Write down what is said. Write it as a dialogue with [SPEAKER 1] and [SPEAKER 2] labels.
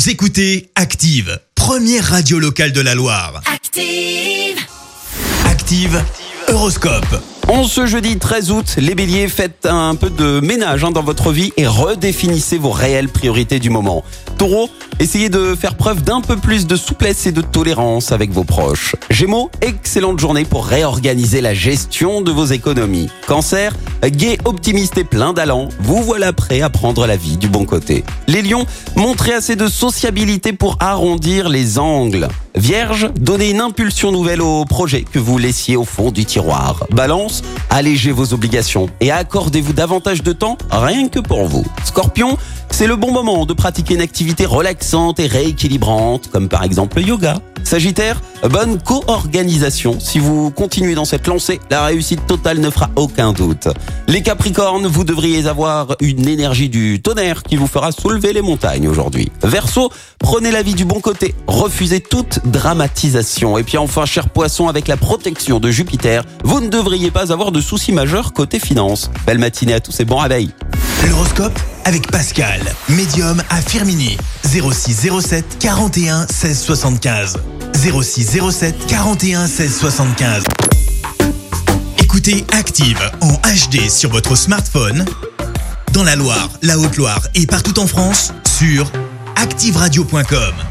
[SPEAKER 1] Vous écoutez Active, première radio locale de la Loire.
[SPEAKER 2] Active,
[SPEAKER 1] Active Horoscope.
[SPEAKER 3] En ce jeudi 13 août, les béliers, faites un peu de ménage dans votre vie et redéfinissez vos réelles priorités du moment. Taureau, essayez de faire preuve d'un peu plus de souplesse et de tolérance avec vos proches. Gémeaux, excellente journée pour réorganiser la gestion de vos économies. Cancer, gai, optimiste et plein d'allant, vous voilà prêt à prendre la vie du bon côté. Les lions, montrez assez de sociabilité pour arrondir les angles. Vierge, donnez une impulsion nouvelle au projet que vous laissiez au fond du tiroir. Balance, allégez vos obligations et accordez-vous davantage de temps rien que pour vous. Scorpion, c'est le bon moment de pratiquer une activité relaxante et rééquilibrante, comme par exemple le yoga. Sagittaire, bonne co-organisation. Si vous continuez dans cette lancée, la réussite totale ne fera aucun doute. Les Capricornes, vous devriez avoir une énergie du tonnerre qui vous fera soulever les montagnes aujourd'hui. Verseau, prenez la vie du bon côté, refusez toute dramatisation. Et puis enfin, cher Poisson, avec la protection de Jupiter, vous ne devriez pas avoir de soucis majeurs côté finance. Belle matinée à tous et bon réveil.
[SPEAKER 1] L'horoscope avec Pascal, médium à Firminy. 06 07 41 16 75. 06 07 41 16 75. Écoutez Active en HD sur votre smartphone, dans la Loire, la Haute-Loire et partout en France, sur activeradio.com.